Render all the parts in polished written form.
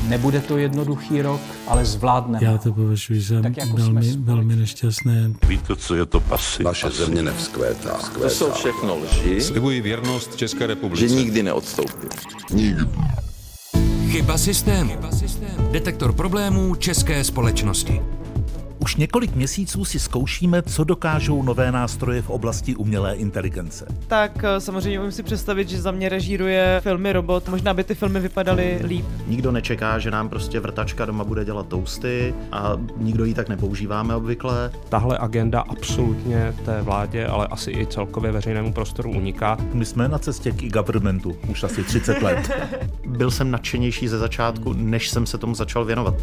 Nebude to jednoduchý rok, ale zvládneme. Já to považuji za velmi nešťastné. Víte, co je to pasy? Naše země nevzkvétá. To jsou všechno lži. Slibuji věrnost České republice. Že nikdy neodstoupím. Nikdy. Chyba systému. Detektor problémů české společnosti. Už několik měsíců si zkoušíme, co dokážou nové nástroje v oblasti umělé inteligence. Tak samozřejmě umím si představit, že za mě režíruje filmy robot. Možná by ty filmy vypadaly líp. Nikdo nečeká, že nám prostě vrtačka doma bude dělat toasty a nikdo ji tak nepoužíváme obvykle. Tahle agenda absolutně té vládě, ale asi i celkově veřejnému prostoru uniká. My jsme na cestě k e-governmentu už asi 30 let. Byl jsem nadšenější ze začátku, než jsem se tomu začal věnovat.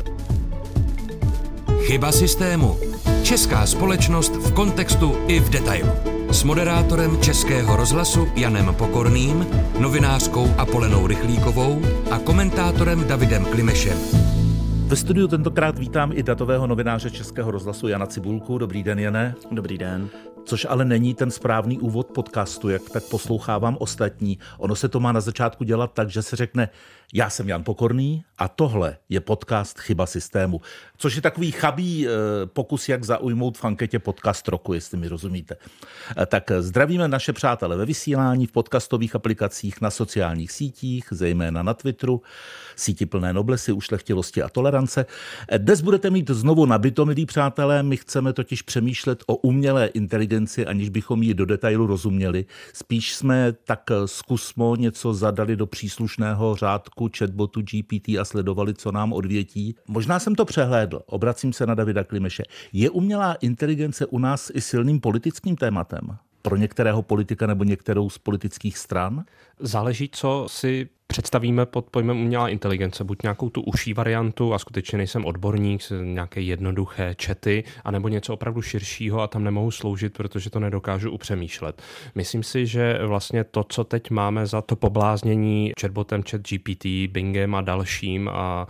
Chyba systému. Česká společnost v kontextu i v detailu. S moderátorem Českého rozhlasu Janem Pokorným, novinářkou Apolenou Rychlíkovou a komentátorem Davidem Klimešem. Ve studiu tentokrát vítám i datového novináře Českého rozhlasu Jana Cibulku. Dobrý den, Jane. Dobrý den. Což ale není ten správný úvod podcastu, jak tak poslouchávám ostatní. Ono se to má na začátku dělat tak, že se řekne, já jsem Jan Pokorný a tohle je podcast Chyba systému. Což je takový chabý pokus, jak zaujmout v anketě podcast roku, jestli mi rozumíte. Tak zdravíme naše přátele ve vysílání, v podcastových aplikacích, na sociálních sítích, zejména na Twitteru, síti plné noblesy, ušlechtilosti a tolerance. Dnes budete mít znovu nabito, milí přátelé, my chceme totiž přemýšlet o umělé inteligenci, aniž bychom ji do detailu rozuměli. Spíš jsme tak zkusmo něco zadali do příslušného řádku chatbotu GPT a sledovali, co nám odvětí. Možná jsem to přehlédl, obracím se na Davida Klimeše. Je umělá inteligence u nás i silným politickým tématem? Pro některého politika nebo některou z politických stran? Záleží, co si představíme pod pojmem umělá inteligence, buď nějakou tu uší variantu a skutečně nejsem odborník, nějaké jednoduché chaty, anebo něco opravdu širšího a tam nemohu sloužit, protože to nedokážu upřemýšlet. Myslím si, že vlastně to, co teď máme za to pobláznění chatbotem ChatGPT, Bingem a dalším a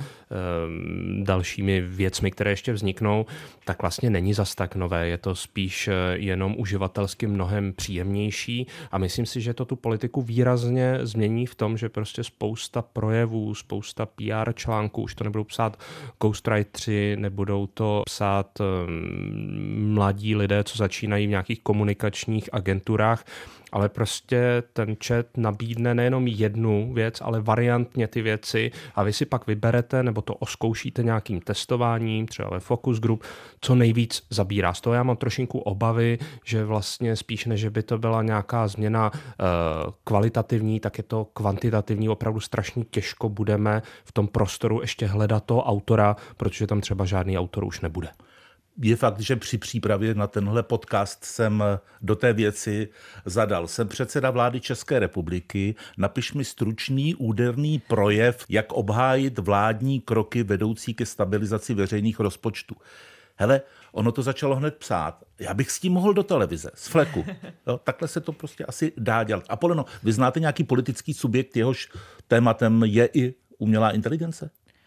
dalšími věcmi, které ještě vzniknou, tak vlastně není zas tak nové. Je to spíš jenom uživatelsky mnohem příjemnější a myslím si, že to tu politiku výrazně změní v tom, že prostě spousta projevů, spousta PR článků, už to nebudou psát ghostwriteri, nebudou to psát mladí lidé, co začínají v nějakých komunikačních agenturách, ale prostě ten chat nabídne nejenom jednu věc, ale variantně ty věci a vy si pak vyberete nebo to oskoušíte nějakým testováním, třeba ve focus group, co nejvíc zabírá. Z toho já mám trošinku obavy, že vlastně spíš než by to byla nějaká změna kvalitativní, tak je to kvantitativní, opravdu strašně těžko budeme v tom prostoru ještě hledat toho autora, protože tam třeba žádný autor už nebude. Je fakt, že při přípravě na tenhle podcast jsem do té věci zadal. Jsem předseda vlády České republiky, napiš mi stručný, úderný projev, jak obhájit vládní kroky vedoucí ke stabilizaci veřejných rozpočtů. Hele, ono to začalo hned psát. Já bych s tím mohl do televize, z fleku. Jo, takhle se to prostě asi dá dělat. Apoleno, vy znáte nějaký politický subjekt, jehož tématem je i umělá inteligence?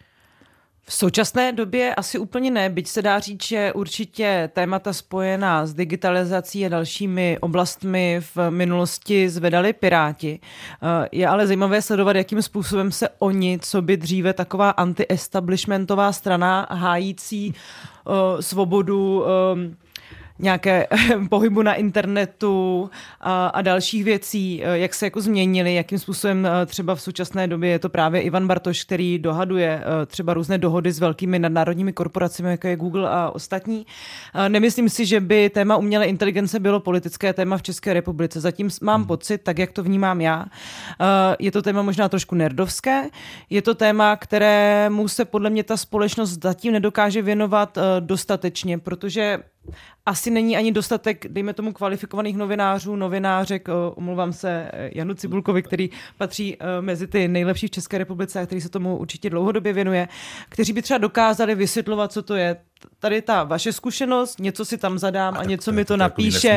V současné době asi úplně ne, byť se dá říct, že určitě témata spojená s digitalizací a dalšími oblastmi v minulosti zvedali Piráti. Je ale zajímavé sledovat, jakým způsobem se oni, co by dříve taková anti-establishmentová strana hájící svobodu nějaké pohybu na internetu a dalších věcí, jak se jako změnili, jakým způsobem třeba v současné době je to právě Ivan Bartoš, který dohaduje třeba různé dohody s velkými nadnárodními korporacemi, jako je Google a ostatní. Nemyslím si, že by téma umělé inteligence bylo politické téma v České republice. Zatím mám pocit, tak jak to vnímám já. Je to téma možná trošku nerdovské. Je to téma, kterému se podle mě ta společnost zatím nedokáže věnovat dostatečně, protože asi není ani dostatek, dejme tomu, kvalifikovaných novinářek, omlouvám se Janu Cibulkovi, který patří mezi ty nejlepší v České republice a který se tomu určitě dlouhodobě věnuje, kteří by třeba dokázali vysvětlovat, co to je. Tady ta vaše zkušenost, něco si tam zadám a něco mi to napíše.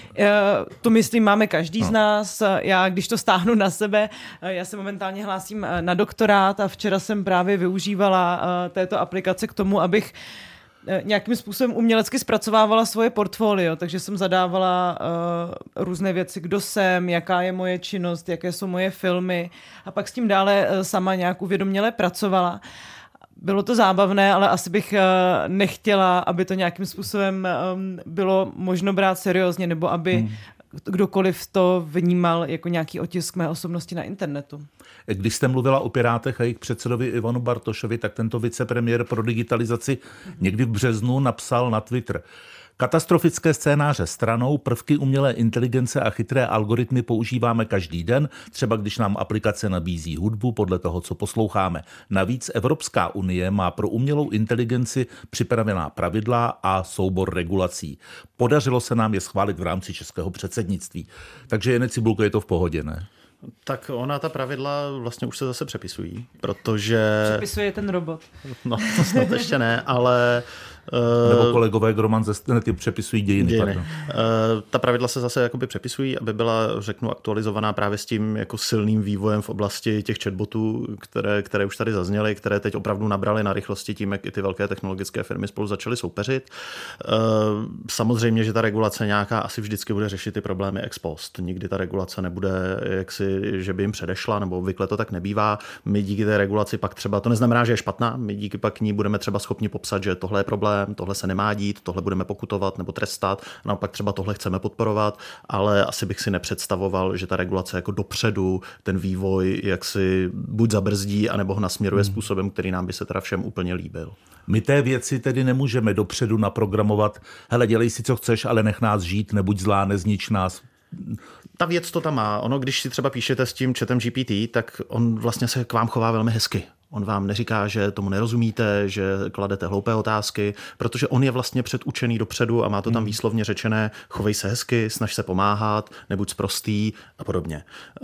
To myslím, máme každý z nás. Já, když to stáhnu na sebe, já se momentálně hlásím na doktorát a včera jsem právě využívala této aplikace k tomu, abych nějakým způsobem umělecky zpracovávala svoje portfolio, takže jsem zadávala různé věci, kdo jsem, jaká je moje činnost, jaké jsou moje filmy a pak s tím dále sama nějak uvědoměle pracovala. bylo to zábavné, ale asi bych nechtěla, aby to nějakým způsobem bylo možno brát seriózně, nebo aby kdokoliv to vnímal jako nějaký otisk mé osobnosti na internetu. Když jste mluvila o Pirátech a jejich předsedovi Ivanu Bartošovi, tak tento vicepremiér pro digitalizaci někdy v březnu napsal na Twitter: katastrofické scénáře stranou, prvky umělé inteligence a chytré algoritmy používáme každý den, třeba když nám aplikace nabízí hudbu podle toho, co posloucháme. Navíc Evropská unie má pro umělou inteligenci připravená pravidla a soubor regulací. Podařilo se nám je schválit v rámci českého předsednictví. Takže Jene Cibulko, je to v pohodě, ne? Tak ona, ta pravidla vlastně už se zase přepisují, protože... Přepisuje ten robot. No, to snad ještě ne, ale... Nebo kolegové Groman ze Stenety přepisují dějiny. Ta pravidla se zase jakoby přepisují, aby byla, řeknu, aktualizovaná právě s tím jako silným vývojem v oblasti těch chatbotů, které už tady zazněly, které teď opravdu nabraly na rychlosti tím, jak i ty velké technologické firmy spolu začaly soupeřit. Samozřejmě, že ta regulace nějaká asi vždycky bude řešit ty problémy ex post. Nikdy ta regulace nebude jaksi, že by jim předešla, nebo obvykle to tak nebývá. My díky té regulaci pak třeba, to neznamená, že je špatná, my díky pak ní budeme třeba schopni popsat, že tohle je problém, tohle se nemá dít, tohle budeme pokutovat nebo trestat, naopak třeba tohle chceme podporovat, ale asi bych si nepředstavoval, že ta regulace jako dopředu ten vývoj jaksi buď zabrzdí, anebo ho nasměruje způsobem, který nám by se teda všem úplně líbil. My té věci tedy nemůžeme dopředu naprogramovat: hele, dělej si, co chceš, ale nech nás žít, nebuď zlá, neznič nás. Ta věc to tam má. Ono, když si třeba píšete s tím chatem GPT, tak on vlastně se k vám chová velmi hezky. On vám neříká, že tomu nerozumíte, že kladete hloupé otázky, protože on je vlastně předučený dopředu a má to tam výslovně řečené: chovej se hezky, snaž se pomáhat, nebuď sprostý a podobně.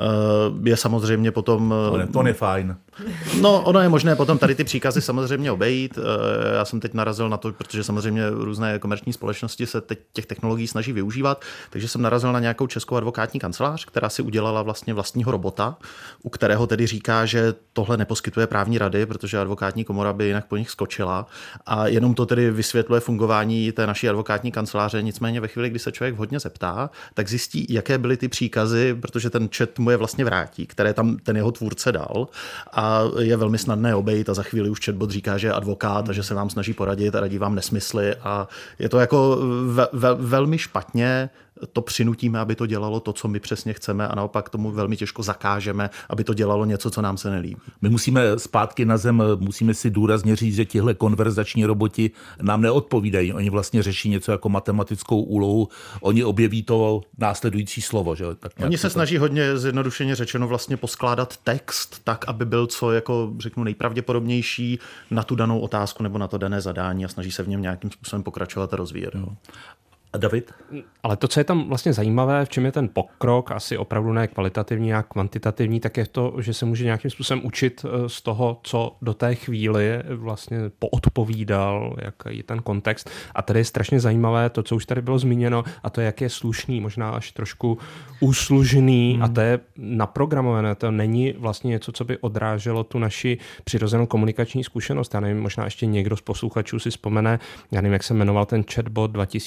Je samozřejmě potom... To je fajn. No, ono je možné potom tady ty příkazy samozřejmě obejít. Já jsem teď narazil na to, protože samozřejmě různé komerční společnosti se teď těch technologií snaží využívat, takže jsem narazil na nějakou českou advokátní kancelář, která si udělala vlastně vlastního robota, u kterého tedy říká, že tohle neposkytuje právní rady, protože advokátní komora by jinak po nich skočila, a jenom to tedy vysvětluje fungování té naší advokátní kanceláře. Nicméně ve chvíli, kdy se člověk hodně zeptá, tak zjistí, jaké byly ty příkazy, protože ten chat mu je vlastně vrátí, které tam ten jeho tvůrce dal, a je velmi snadné obejít a za chvíli už chatbot říká, že je advokát a že se vám snaží poradit a radí vám nesmysly, a je to jako velmi špatně to přinutíme, aby to dělalo to, co my přesně chceme, a naopak tomu velmi těžko zakážeme, aby to dělalo něco, co nám se nelíbí. My musíme zpátky na zem, musíme si důrazně říct, že tihle konverzační roboti nám neodpovídají. Oni vlastně řeší něco jako matematickou úlohu. Oni objeví to následující slovo. Že? Tak oni se snaží hodně zjednodušeně řečeno vlastně poskládat text tak, aby byl co jako řeknu nejpravděpodobnější na tu danou otázku nebo na to dané zadání, a snaží se v něm nějakým způsobem pokračovat a rozvíjet. A David? Ale to, co je tam vlastně zajímavé, v čem je ten pokrok, asi opravdu ne kvalitativní a kvantitativní, tak je to, že se může nějakým způsobem učit z toho, co do té chvíli vlastně poodpovídal, jaký je ten kontext. A tady je strašně zajímavé to, co už tady bylo zmíněno, a to, jak je slušný, možná až trošku úslužný, a to je naprogramované. To není vlastně něco, co by odráželo tu naši přirozenou komunikační zkušenost. Já nevím, možná ještě někdo z posluchačů si vzpomene, já nevím, jak se jmenoval ten chatbot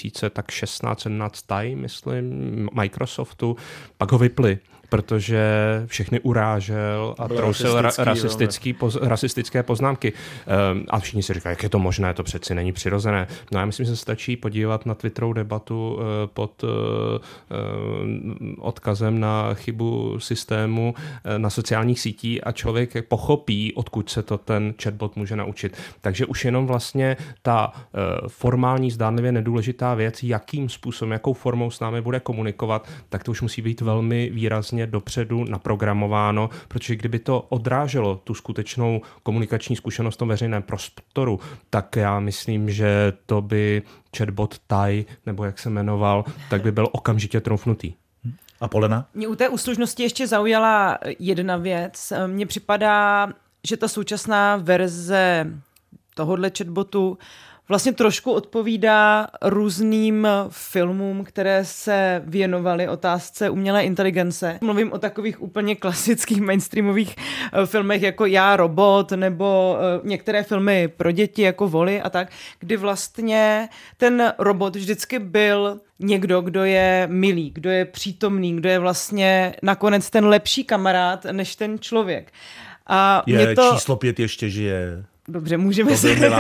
2016-17 Time, myslím, Microsoftu, pak ho vypli, protože všechny urážel a trousil rasistické poznámky. A všichni si říkají, jak je to možné, to přeci není přirozené. No já myslím, že se stačí podívat na Twitterovou debatu pod odkazem na chybu systému na sociálních sítích a člověk pochopí, odkud se to ten chatbot může naučit. Takže už jenom vlastně ta formální, zdánlivě nedůležitá věc, jakým způsobem, jakou formou s námi bude komunikovat, tak to už musí být velmi výrazně dopředu naprogramováno, protože kdyby to odráželo tu skutečnou komunikační zkušenost v tom veřejném prostoru, tak já myslím, že to by chatbot Tai, nebo jak se jmenoval, tak by byl okamžitě trumfnutý. A Polena? Mě u té úslužnosti ještě zaujala jedna věc. Mně připadá, že ta současná verze tohohle chatbotu vlastně trošku odpovídá různým filmům, které se věnovaly otázce umělé inteligence. Mluvím o takových úplně klasických mainstreamových filmech jako Já, robot, nebo některé filmy pro děti jako Voli a tak, kdy vlastně ten robot vždycky byl někdo, kdo je milý, kdo je přítomný, kdo je vlastně nakonec ten lepší kamarád než ten člověk. A je to... číslo 5 ještě žije. Dobře, můžeme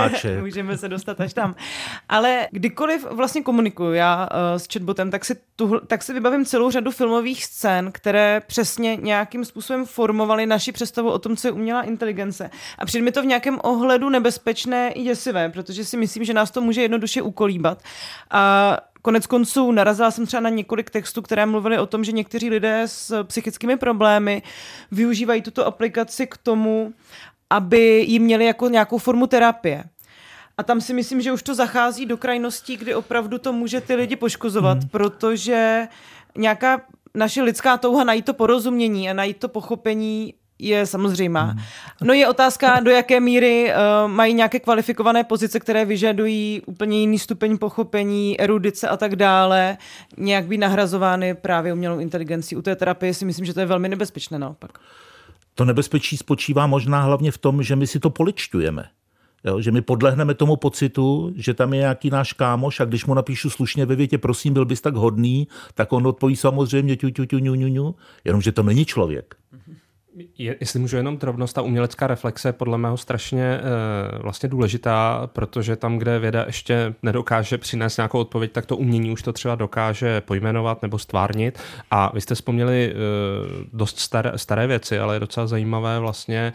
se dostat až tam. Ale kdykoliv vlastně komunikuju já s chatbotem, tak si vybavím celou řadu filmových scén, které přesně nějakým způsobem formovaly naši představu o tom, co je umělá inteligence. A přijde mi to v nějakém ohledu nebezpečné i děsivé, protože si myslím, že nás to může jednoduše ukolíbat. A konec konců narazila jsem třeba na několik textů, které mluvily o tom, že někteří lidé s psychickými problémy využívají tuto aplikaci k tomu, aby ji měli jako nějakou formu terapie. A tam si myslím, že už to zachází do krajností, kdy opravdu to může ty lidi poškozovat, protože nějaká naše lidská touha najít to porozumění a najít to pochopení je samozřejmá. No je otázka, do jaké míry mají nějaké kvalifikované pozice, které vyžadují úplně jiný stupeň pochopení, erudice a tak dále, nějak být nahrazovány právě umělou inteligencí. U té terapie si myslím, že to je velmi nebezpečné naopak. To nebezpečí spočívá možná hlavně v tom, že my si to poličtujeme. Jo, že my podlehneme tomu pocitu, že tam je nějaký náš kámoš a když mu napíšu slušně ve větě, prosím, byl bys tak hodný, tak on odpoví samozřejmě jenomže to není člověk. Jestli můžu jenom drobnost, ta umělecká reflexe je podle mého strašně vlastně důležitá, protože tam, kde věda ještě nedokáže přinést nějakou odpověď, tak to umění už to třeba dokáže pojmenovat nebo stvárnit. A vy jste vzpomněli dost staré věci, ale je docela zajímavé vlastně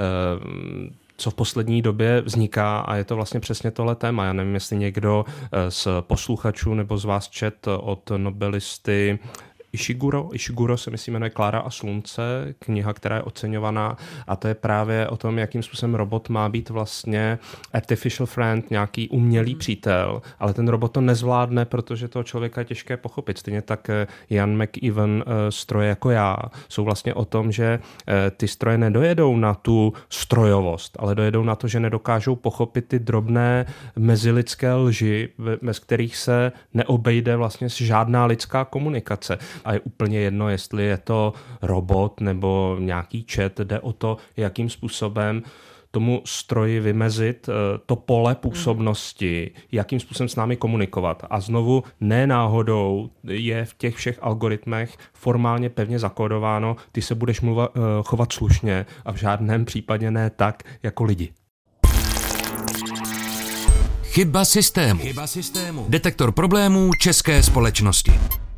co v poslední době vzniká a je to vlastně přesně tohle téma. Já nevím, jestli někdo z posluchačů nebo z vás čet od nobelisty Ishiguro se myslím jmenuje Klára a slunce, kniha, která je oceňovaná a to je právě o tom, jakým způsobem robot má být vlastně artificial friend, nějaký umělý přítel, ale ten robot to nezvládne, protože toho člověka je těžké pochopit. Stejně tak Ian McEwan Stroje jako já jsou vlastně o tom, že ty stroje nedojedou na tu strojovost, ale dojedou na to, že nedokážou pochopit ty drobné mezilidské lži, bez kterých se neobejde vlastně žádná lidská komunikace. A je úplně jedno, jestli je to robot nebo nějaký chat, jde o to, jakým způsobem tomu stroji vymezit to pole působnosti, jakým způsobem s námi komunikovat. A znovu ne náhodou je v těch všech algoritmech formálně pevně zakódováno, ty se budeš chovat slušně a v žádném případě ne tak jako lidi. Chyba systému. Detektor problémů české společnosti.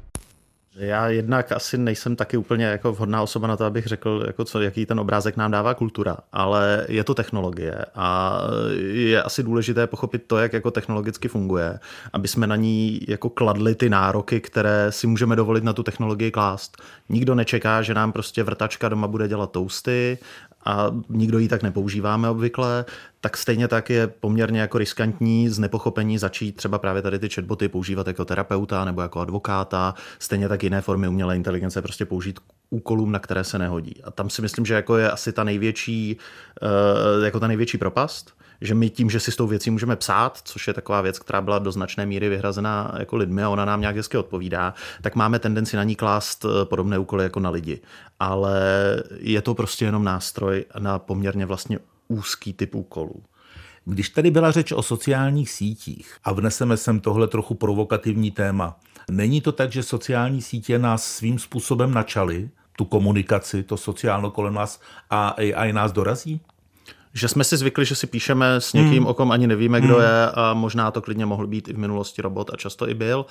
Já jednak asi nejsem taky úplně jako vhodná osoba na to, abych řekl, jako jaký ten obrázek nám dává kultura, ale je to technologie a je asi důležité pochopit to, jak jako technologicky funguje, aby jsme na ní jako kladli ty nároky, které si můžeme dovolit na tu technologii klást. Nikdo nečeká, že nám prostě vrtačka doma bude dělat toasty a nikdo ji tak nepoužíváme obvykle, tak stejně tak je poměrně jako riskantní z nepochopení začít třeba právě tady ty chatboty používat jako terapeuta nebo jako advokáta, stejně tak jiné formy umělé inteligence prostě použít k úkolům, na které se nehodí. A tam si myslím, že jako je asi ta největší propast, že my tím, že si s tou věcí můžeme psát, což je taková věc, která byla do značné míry vyhrazená jako lidmi a ona nám nějak hezky odpovídá, tak máme tendenci na ní klást podobné úkoly jako na lidi. Ale je to prostě jenom nástroj na poměrně vlastně úzký typ úkolů. Když tady byla řeč o sociálních sítích a vneseme sem tohle trochu provokativní téma, není to tak, že sociální sítě nás svým způsobem načaly, tu komunikaci, to sociálno kolem nás a AI nás dorazí? Že jsme si zvykli, že si píšeme s někým, o kom ani nevíme, kdo je a možná to klidně mohl být i v minulosti robot a často i byl.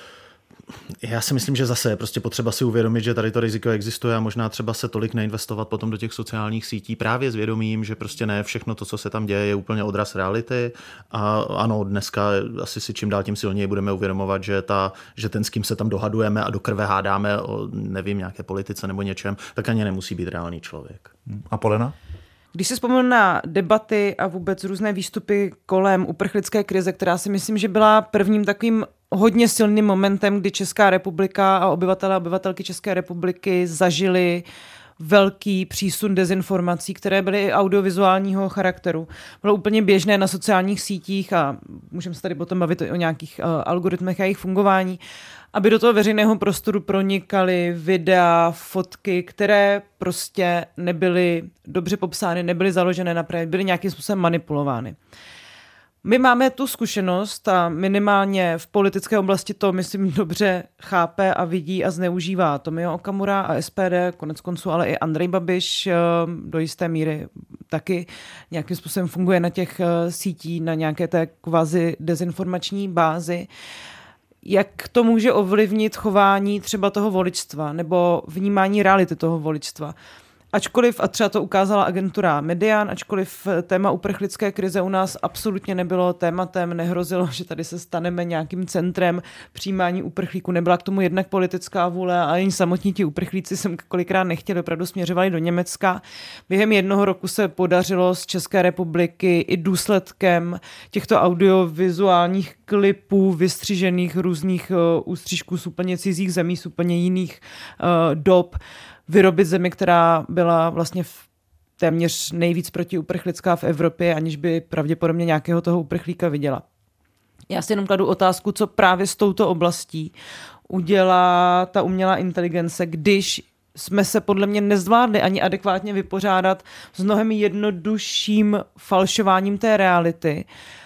Já si myslím, že zase je prostě potřeba si uvědomit, že tady to riziko existuje a možná třeba se tolik neinvestovat potom do těch sociálních sítí právě s vědomím, že prostě ne všechno to, co se tam děje, je úplně odraz reality. A ano, dneska asi si čím dál tím silněji budeme uvědomovat, že ten, s kým se tam dohadujeme a do krve hádáme o, nevím, nějaké politice nebo něčem, tak ani nemusí být reálný člověk. A Polena? Když si vzpomenu na debaty a vůbec různé výstupy kolem uprchlické krize, která si myslím, že byla prvním takovým hodně silným momentem, kdy Česká republika a obyvatelé a obyvatelky České republiky zažili velký přísun dezinformací, které byly audiovizuálního charakteru. Bylo úplně běžné na sociálních sítích a můžeme se tady potom bavit o nějakých algoritmech a jejich fungování, aby do toho veřejného prostoru pronikaly videa, fotky, které prostě nebyly dobře popsány, nebyly založené na pravdě, byly nějakým způsobem manipulovány. My máme tu zkušenost a minimálně v politické oblasti to, myslím, dobře chápe a vidí a zneužívá Tomio Okamura a SPD, konec konců, ale i Andrej Babiš do jisté míry taky nějakým způsobem funguje na těch sítí, na nějaké té kvazi dezinformační bázi. Jak to může ovlivnit chování třeba toho voličstva nebo vnímání reality toho voličstva? Ačkoliv, a třeba to ukázala agentura Median, ačkoliv téma uprchlické krize u nás absolutně nebylo tématem, nehrozilo, že tady se staneme nějakým centrem přijímání uprchlíků. Nebyla k tomu jednak politická vůle a ani samotní ti uprchlíci sem kolikrát nechtěli, opravdu směřovali do Německa. Během 1 roku se podařilo z České republiky i důsledkem těchto audiovizuálních klipů, vystřižených různých ústřížků z úplně cizích zemí, z úplně jiných dob, vyrobit zemi, která byla vlastně téměř nejvíc protiuprchlická v Evropě, aniž by pravděpodobně nějakého toho uprchlíka viděla. Já si jenom kladu otázku, co právě s touto oblastí udělá ta umělá inteligence, když jsme se podle mě nezvládli ani adekvátně vypořádat s mnohem jednodušším falšováním té reality.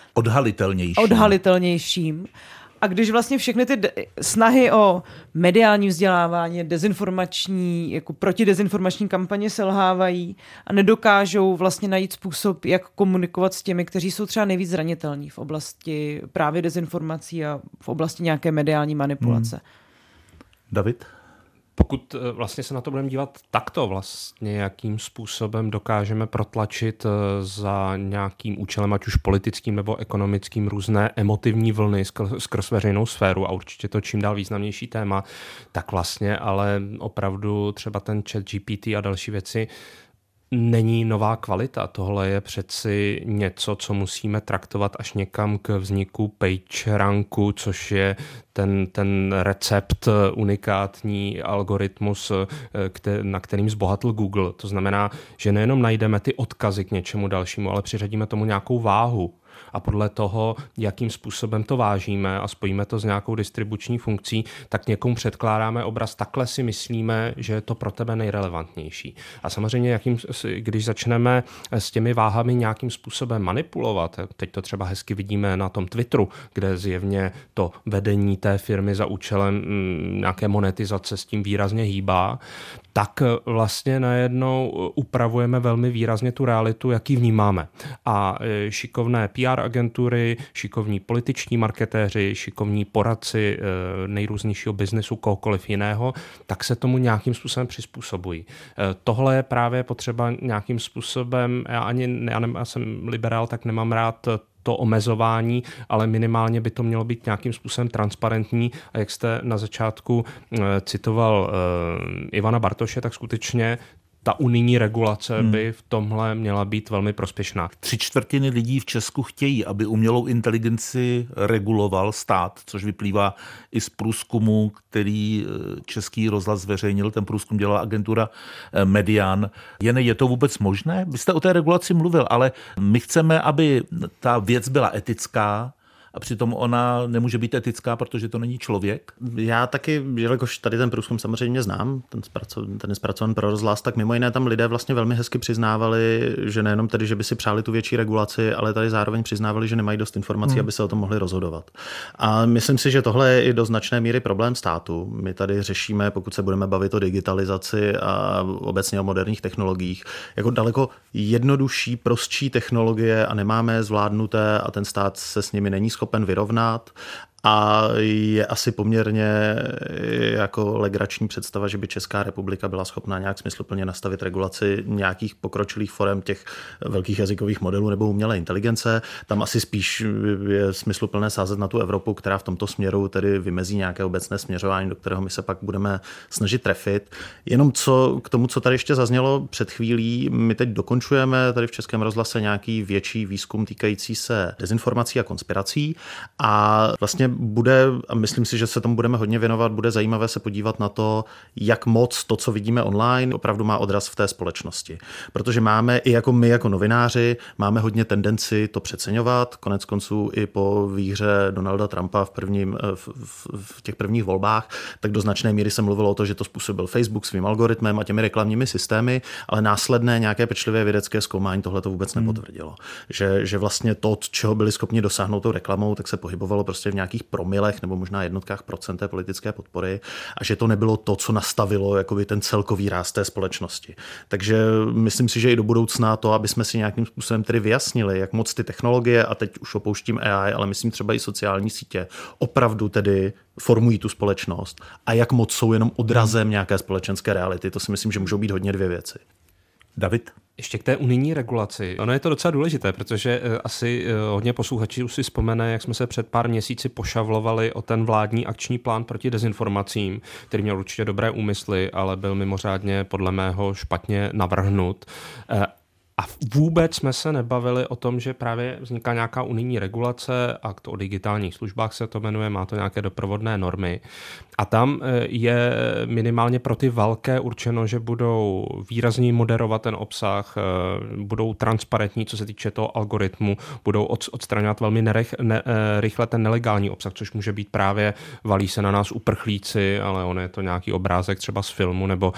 Odhalitelnějším. A když vlastně všechny ty snahy o mediální vzdělávání, dezinformační, jako protidezinformační kampaně selhávají a nedokážou vlastně najít způsob, jak komunikovat s těmi, kteří jsou třeba nejvíc zranitelní v oblasti právě dezinformací a v oblasti nějaké mediální manipulace. David? Pokud vlastně se na to budeme dívat takto vlastně, jakým způsobem dokážeme protlačit za nějakým účelem, ať už politickým nebo ekonomickým, různé emotivní vlny skrz veřejnou sféru a určitě to čím dál významnější téma, tak vlastně ale opravdu třeba ten ChatGPT a další věci není nová kvalita. Tohle je přeci něco, co musíme traktovat až někam k vzniku PageRanku, což je ten recept, unikátní algoritmus, na kterým zbohatl Google. To znamená, že nejenom najdeme ty odkazy k něčemu dalšímu, ale přiřadíme tomu nějakou váhu. A podle toho, jakým způsobem to vážíme a spojíme to s nějakou distribuční funkcí, tak někomu předkládáme obraz, takhle si myslíme, že je to pro tebe nejrelevantnější. A samozřejmě, když začneme s těmi váhami nějakým způsobem manipulovat, teď to třeba hezky vidíme na tom Twitteru, kde zjevně to vedení té firmy za účelem nějaké monetizace s tím výrazně hýbá, tak vlastně najednou upravujeme velmi výrazně tu realitu, jaký vnímáme. A šikovné PR agentury, šikovní političní marketéři, šikovní poradci nejrůznějšího biznesu, kohokoliv jiného, tak se tomu nějakým způsobem přizpůsobují. Tohle je právě potřeba nějakým způsobem, já jsem liberál, tak nemám rád to omezování, ale minimálně by to mělo být nějakým způsobem transparentní. A jak jste na začátku citoval Ivana Bartoše, tak skutečně ta unijní regulace by v tomhle měla být velmi prospěšná. 3/4 lidí v Česku chtějí, aby umělou inteligenci reguloval stát, což vyplývá i z průzkumu, který Český rozhlas zveřejnil. Ten průzkum dělala agentura Median. Je to vůbec možné? Vy jste o té regulaci mluvil, ale my chceme, aby ta věc byla etická, a přitom ona nemůže být etická, protože to není člověk? Já taky, jelikož tady ten průzkum samozřejmě znám, ten je zpracovaný pro rozhlas, tak mimo jiné tam lidé vlastně velmi hezky přiznávali, že nejenom tedy, že by si přáli tu větší regulaci, ale tady zároveň přiznávali, že nemají dost informací, aby se o tom mohli rozhodovat. A myslím si, že tohle je i do značné míry problém státu. My tady řešíme, pokud se budeme bavit o digitalizaci a obecně o moderních technologiích, jako daleko jednodušší, prostší technologie a nemáme je zvládnuté a ten stát se s nimi není schopen vyrovnat. A je asi poměrně jako legrační představa, že by Česká republika byla schopná nějak smysluplně nastavit regulaci nějakých pokročilých forem těch velkých jazykových modelů nebo umělé inteligence. Tam asi spíš je smysluplné sázet na tu Evropu, která v tomto směru tedy vymezí nějaké obecné směřování, do kterého my se pak budeme snažit trefit. Jenom k tomu, co tady ještě zaznělo před chvílí, my teď dokončujeme tady v Českém rozhlase nějaký větší výzkum týkající se dezinformací a konspirací a vlastně bude, a myslím si, že se tomu budeme hodně věnovat, bude zajímavé se podívat na to, jak moc to, co vidíme online, opravdu má odraz v té společnosti. Protože máme i jako my, jako novináři, máme hodně tendenci to přeceňovat. Konec konců i po výhře Donalda Trumpa v těch prvních volbách, tak do značné míry se mluvilo o to, že to způsobil Facebook svým algoritmem a těmi reklamními systémy, ale následné nějaké pečlivé vědecké zkoumání tohle to vůbec nepotvrdilo. Že vlastně to, čeho byli schopni dosáhnout tou reklamou, tak se pohybovalo prostě v nějakých promilech nebo možná jednotkách procent té politické podpory a že to nebylo to, co nastavilo jakoby ten celkový ráz té společnosti. Takže myslím si, že i do budoucna to, aby jsme si nějakým způsobem tedy vyjasnili, jak moc ty technologie, a teď už opouštím AI, ale myslím třeba i sociální sítě, opravdu tedy formují tu společnost a jak moc jsou jenom odrazem nějaké společenské reality. To si myslím, že můžou být hodně dvě věci. David? Ještě k té unijní regulaci. Ono je to docela důležité, protože asi hodně posluchačů si vzpomene, jak jsme se před pár měsíci pošavlovali o ten vládní akční plán proti dezinformacím, který měl určitě dobré úmysly, ale byl mimořádně podle mého špatně navrhnut. A vůbec jsme se nebavili o tom, že právě vzniká nějaká unijní regulace, akt o digitálních službách se to jmenuje, má to nějaké doprovodné normy. A tam je minimálně pro ty velké určeno, že budou výrazně moderovat ten obsah, budou transparentní, co se týče toho algoritmu, budou odstraňovat velmi rychle ten nelegální obsah, což může být právě valí se na nás uprchlíci, ale on je to nějaký obrázek třeba z filmu, nebo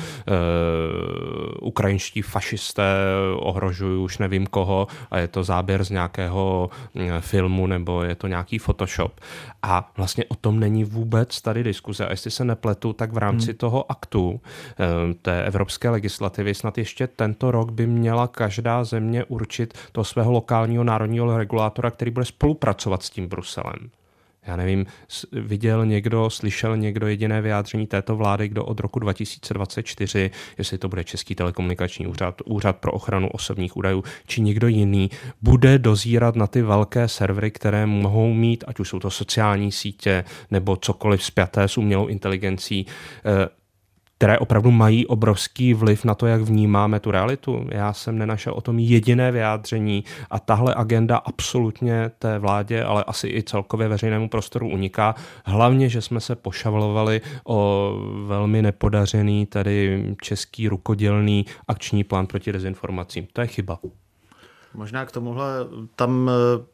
ukrajinští fašisté ohrožují už nevím koho a je to záběr z nějakého filmu nebo je to nějaký Photoshop. A vlastně o tom není vůbec tady diskuze. A jestli se nepletu, tak v rámci toho aktu té evropské legislativy snad ještě tento rok by měla každá země určit toho svého lokálního národního regulátora, který bude spolupracovat s tím Bruselem. Já nevím, viděl někdo, slyšel někdo jediné vyjádření této vlády, kdo od roku 2024, jestli to bude Český telekomunikační úřad, Úřad pro ochranu osobních údajů, či někdo jiný, bude dozírat na ty velké servery, které mohou mít, ať už jsou to sociální sítě, nebo cokoliv spjaté s umělou inteligencí, které opravdu mají obrovský vliv na to, jak vnímáme tu realitu. Já jsem nenašel o tom jediné vyjádření a tahle agenda absolutně té vládě, ale asi i celkově veřejnému prostoru uniká. Hlavně, že jsme se pošavlovali o velmi nepodařený tady český rukodělný akční plán proti dezinformacím. To je chyba. Možná k tomuhle tam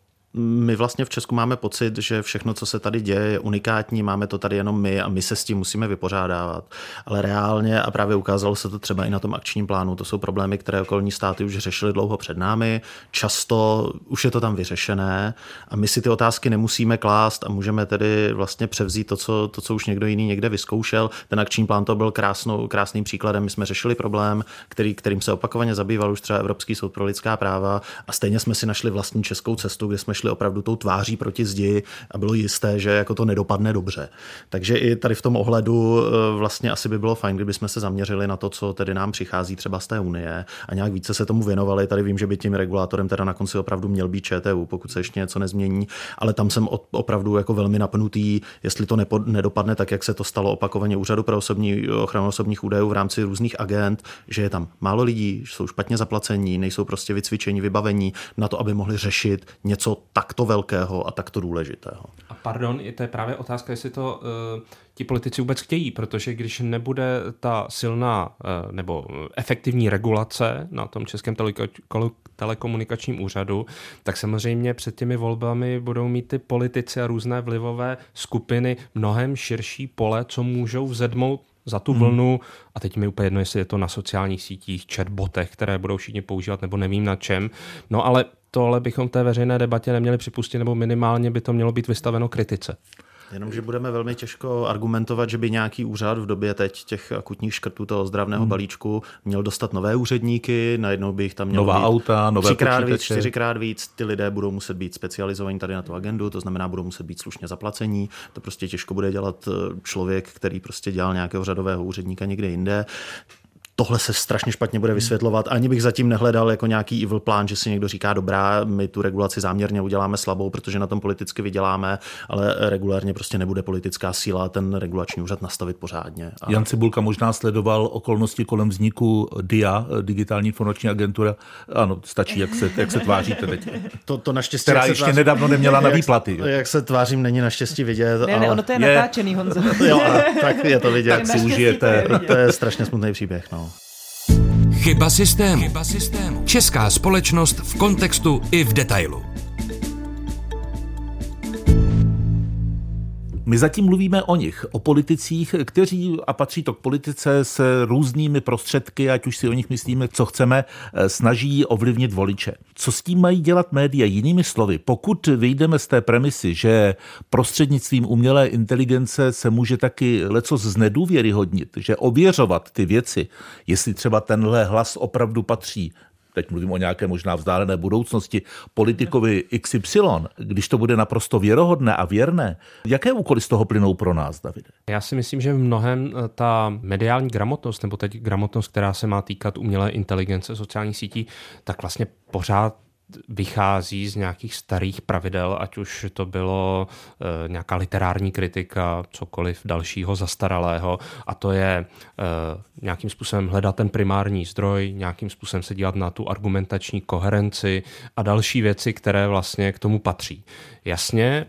my vlastně v Česku máme pocit, že všechno, co se tady děje, je unikátní, máme to tady jenom my a my se s tím musíme vypořádávat. Ale reálně, a právě ukázalo se to třeba i na tom akčním plánu, to jsou problémy, které okolní státy už řešily dlouho před námi, často už je to tam vyřešené a my si ty otázky nemusíme klást a můžeme tedy vlastně převzít to, co už někdo jiný někde vyzkoušel. Ten akční plán to byl krásným příkladem. My jsme řešili problém, kterým se opakovaně zabýval už třeba Evropský soud pro lidská práva a stejně jsme si našli vlastní českou cestu, kde jsme šli opravdu tou tváří proti zdi a bylo jisté, že jako to nedopadne dobře. Takže i tady v tom ohledu vlastně asi by bylo fajn, kdybychom se zaměřili na to, co tedy nám přichází třeba z té Unie a nějak více se tomu věnovali. Tady vím, že by tím regulátorem teda na konci opravdu měl být ČTU, pokud se ještě něco nezmění, ale tam jsem opravdu jako velmi napnutý, jestli to nedopadne tak, jak se to stalo opakovaně Úřadu pro ochranu osobních údajů v rámci různých agent, že je tam málo lidí, jsou špatně zaplacení, nejsou prostě vycvičení, vybavení na to, aby mohli řešit něco takto velkého a takto důležitého. A pardon, to je právě otázka, jestli to ti politici vůbec chtějí, protože když nebude ta silná nebo efektivní regulace na tom Českém telekomunikačním úřadu, tak samozřejmě před těmi volbami budou mít ty politici a různé vlivové skupiny mnohem širší pole, co můžou vzedmout za tu vlnu, a teď mi úplně jedno, jestli je to na sociálních sítích, chatbotech, které budou všichni používat, nebo nevím na čem. No ale tohle bychom v té veřejné debatě neměli připustit, nebo minimálně by to mělo být vystaveno kritice. Jenomže budeme velmi těžko argumentovat, že by nějaký úřad v době teď těch akutních škrtů toho ozdravného balíčku měl dostat nové úředníky, najednou by jich tam mělo nová být auta, nové třikrát víc, 4krát víc, ty lidé budou muset být specializovaní tady na tu agendu, to znamená, budou muset být slušně zaplacení, to prostě těžko bude dělat člověk, který prostě dělal nějakého řadového úředníka někde jinde. tohle se strašně špatně bude vysvětlovat. Ani bych zatím nehledal jako nějaký evil plán, že si někdo říká, dobrá, my tu regulaci záměrně uděláme slabou, protože na tom politicky vyděláme, ale regulárně prostě nebude politická síla ten regulační úřad nastavit pořádně. Jan Cibulka možná sledoval okolnosti kolem vzniku DIA, Digitální informační agentura. Ano, stačí, jak se tváříte teď. To naštěstí, která ještě nedávno neměla na výplaty. Jak se tvářím, není naštěstí vidět. Ne, ono to je natáčený, Honzo. Jo, tak je to vidět. Tak si užijete. To je strašně smutný příběh, no. Chyba systému. Česká společnost v kontextu i v detailu. My zatím mluvíme o nich, o politicích, kteří, a patří to k politice, s různými prostředky, ať už si o nich myslíme, co chceme, snaží ovlivnit voliče. Co s tím mají dělat média? Jinými slovy, pokud vyjdeme z té premisy, že prostřednictvím umělé inteligence se může taky lecos znedůvěryhodnit, že ověřovat ty věci, jestli třeba tenhle hlas opravdu patří, teď mluvím o nějaké možná vzdálené budoucnosti, politikovi XY, když to bude naprosto věrohodné a věrné, jaké úkoly z toho plynou pro nás, Davide? Já si myslím, že v mnohem ta mediální gramotnost, nebo teď gramotnost, která se má týkat umělé inteligence sociálních sítí, tak vlastně pořád vychází z nějakých starých pravidel, ať už to bylo nějaká literární kritika, cokoliv dalšího zastaralého, a to je nějakým způsobem hledat ten primární zdroj, nějakým způsobem se dívat na tu argumentační koherenci a další věci, které vlastně k tomu patří. Jasně,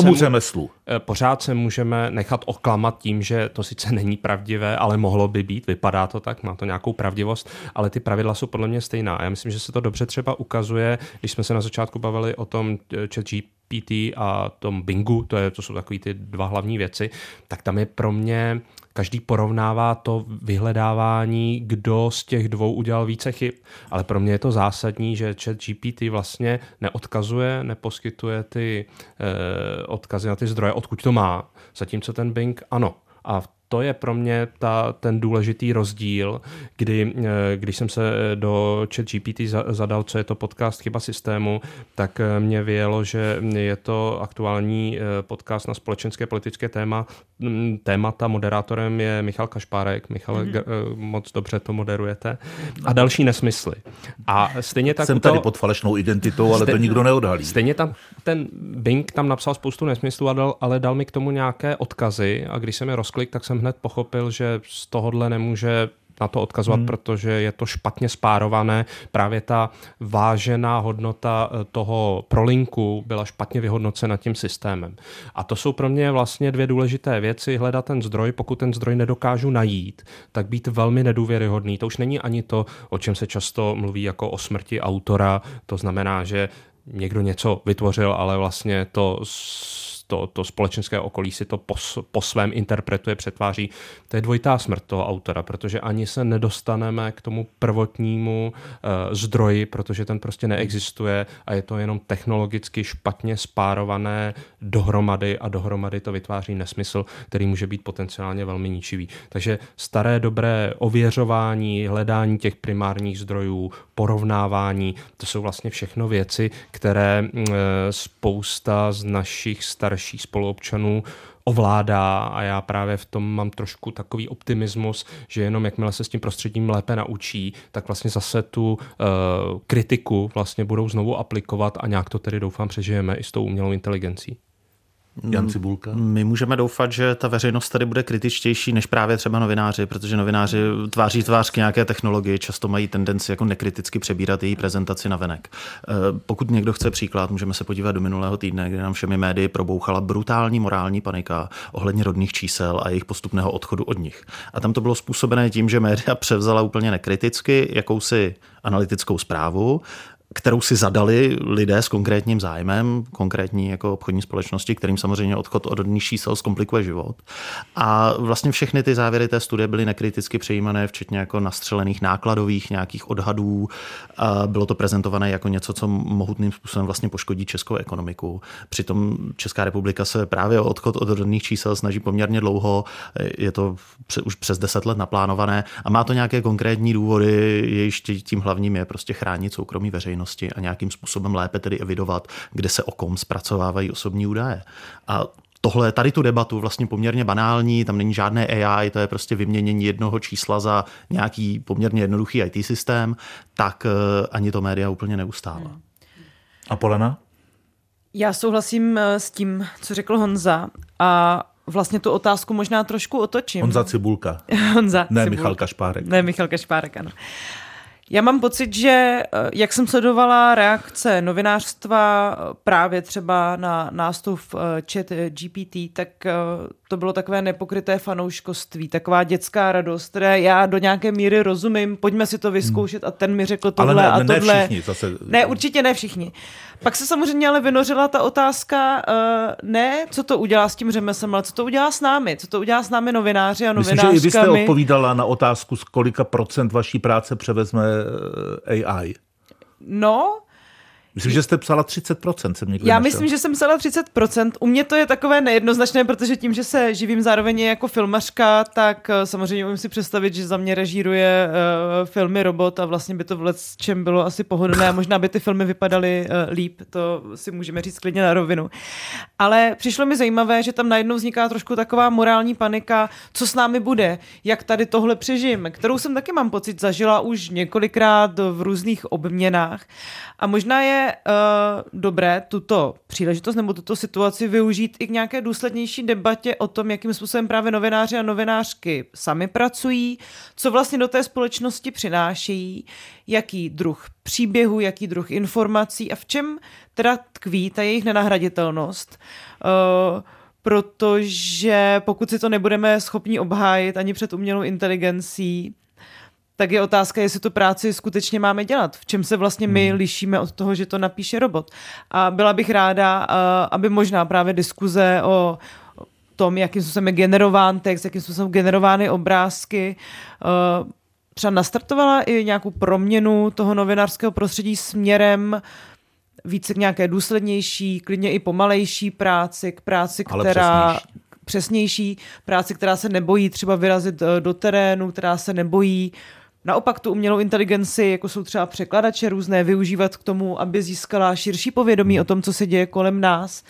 pořád se můžeme nechat oklamat tím, že to sice není pravdivé, ale mohlo by být, vypadá to tak, má to nějakou pravdivost, ale ty pravidla jsou podle mě stejná. A já myslím, že se to dobře třeba ukazuje, když jsme se na začátku bavili o tom ChatGPT a tom Bingu, to jsou takový ty dva hlavní věci, tak tam je pro mě každý porovnává to vyhledávání, kdo z těch dvou udělal více chyb. Ale pro mě je to zásadní, že ChatGPT vlastně neodkazuje, neposkytuje ty odkazy na ty zdroje, odkud to má. Zatímco ten Bing ano. A to je pro mě ten důležitý rozdíl, když jsem se do ChatGPT zadal, co je to podcast Chyba systému, tak mě vyjelo, že je to aktuální podcast na společenské politické témata. Moderátorem je Michal Kašpárek. Michale, moc dobře to moderujete. A další nesmysly. A stejně tak jsem tady pod falešnou identitou, ale to nikdo neodhalí. Stejně tam ten Bing tam napsal spoustu nesmyslů, ale dal mi k tomu nějaké odkazy a když jsem je rozklik, tak jsem hned pochopil, že z tohohle nemůže na to odkazovat, protože je to špatně spárované. Právě ta vážená hodnota toho prolinku byla špatně vyhodnocena tím systémem. A to jsou pro mě vlastně dvě důležité věci. Hledat ten zdroj, pokud ten zdroj nedokážu najít, tak být velmi nedůvěryhodný. To už není ani to, o čem se často mluví jako o smrti autora. To znamená, že někdo něco vytvořil, ale vlastně to společenské okolí si to po svém interpretuje, přetváří. To je dvojitá smrt toho autora, protože ani se nedostaneme k tomu prvotnímu zdroji, protože ten prostě neexistuje a je to jenom technologicky špatně spárované dohromady a dohromady to vytváří nesmysl, který může být potenciálně velmi ničivý. Takže staré dobré ověřování, hledání těch primárních zdrojů, porovnávání, to jsou vlastně všechno věci, které spousta z našich starších spoluobčanů ovládá a já právě v tom mám trošku takový optimismus, že jenom jakmile se s tím prostředím lépe naučí, tak vlastně zase tu kritiku vlastně budou znovu aplikovat a nějak to tedy doufám přežijeme i s tou umělou inteligencí. Jan Cibulka. My můžeme doufat, že ta veřejnost tady bude kritičtější než právě třeba novináři, protože novináři tváří tvář k nějaké technologii, často mají tendenci jako nekriticky přebírat její prezentaci navenek. Pokud někdo chce příklad, můžeme se podívat do minulého týdne, kdy nám všemi médii probouchala brutální morální panika ohledně rodných čísel a jejich postupného odchodu od nich. A tam to bylo způsobené tím, že média převzala úplně nekriticky jakousi analytickou zprávu, kterou si zadali lidé s konkrétním zájmem, konkrétní jako obchodní společnosti, kterým samozřejmě odchod od rodných čísel zkomplikuje život. A vlastně všechny ty závěry té studie byly nekriticky přejímané, včetně jako nastřelených nákladových nějakých odhadů. A bylo to prezentované jako něco, co mohutným způsobem vlastně poškodí českou ekonomiku. Přitom Česká republika se právě o odchod od rodných čísel snaží poměrně dlouho. Je to už přes 10 let naplánované a má to nějaké konkrétní důvody, jejichž tím hlavním je prostě chránit soukromí veřejnosti a nějakým způsobem lépe tedy evidovat, kde se o kom zpracovávají osobní údaje. A tady tu debatu vlastně poměrně banální, tam není žádné AI, to je prostě vyměnění jednoho čísla za nějaký poměrně jednoduchý IT systém, tak ani to média úplně neustála. A Polena? Já souhlasím s tím, co řekl Honza a vlastně tu otázku možná trošku otočím. Honza Cibulka. Michal Kašpárek. Ne, Michal Kašpárek, ano. Já mám pocit, že jak jsem sledovala reakce novinářstva právě třeba na nástup chat GPT, tak to bylo takové nepokryté fanouškovství, taková dětská radost, které já do nějaké míry rozumím, pojďme si to vyzkoušet a ten mi řekl tohle ale ne, a tohle. Ne všichni zase. Ne, určitě ne všichni. Pak se samozřejmě ale vynořila ta otázka, ne, co to udělá s tím řemeslem, ale co to udělá s námi, co to udělá s námi novináři a novinářkami. Myslím, že i vy jste odpovídala na otázku, z kolika procent vaší práce převezme AI. No, myslím, že jste psala 30%. Jsem někde Já myslím, že jsem psala 30%. U mě to je takové nejednoznačné, protože tím, že se živím zároveň jako filmařka, tak samozřejmě umím si představit, že za mě režíruje filmy robot a vlastně by to v lecčem bylo asi pohodlné a možná by ty filmy vypadaly líp, to si můžeme říct klidně na rovinu. Ale přišlo mi zajímavé, že tam najednou vzniká trošku taková morální panika, co s námi bude, jak tady tohle přežijeme, kterou jsem taky mám pocit zažila už několikrát v různých obměnách. A možná je dobré tuto příležitost nebo tuto situaci využít i k nějaké důslednější debatě o tom, jakým způsobem právě novináři a novinářky sami pracují, co vlastně do té společnosti přinášejí, jaký druh příběhu, jaký druh informací a v čem teda tkví ta jejich nenahraditelnost. Protože pokud si to nebudeme schopni obhájit ani před umělou inteligencí, tak je otázka, jestli tu práci skutečně máme dělat. V čem se vlastně my lišíme od toho, že to napíše robot. A byla bych ráda, aby možná právě diskuze o tom, jakým způsobem je generován text, jakým způsobem jsou generovány obrázky, třeba nastartovala i nějakou proměnu toho novinářského prostředí směrem více k nějaké důslednější, klidně i pomalejší práci, k práci, která přesnější práci, která se nebojí třeba vyrazit do terénu, která se nebojí naopak tu umělou inteligenci, jako jsou třeba překladače různé, využívat k tomu, aby získala širší povědomí o tom, co se děje kolem nás.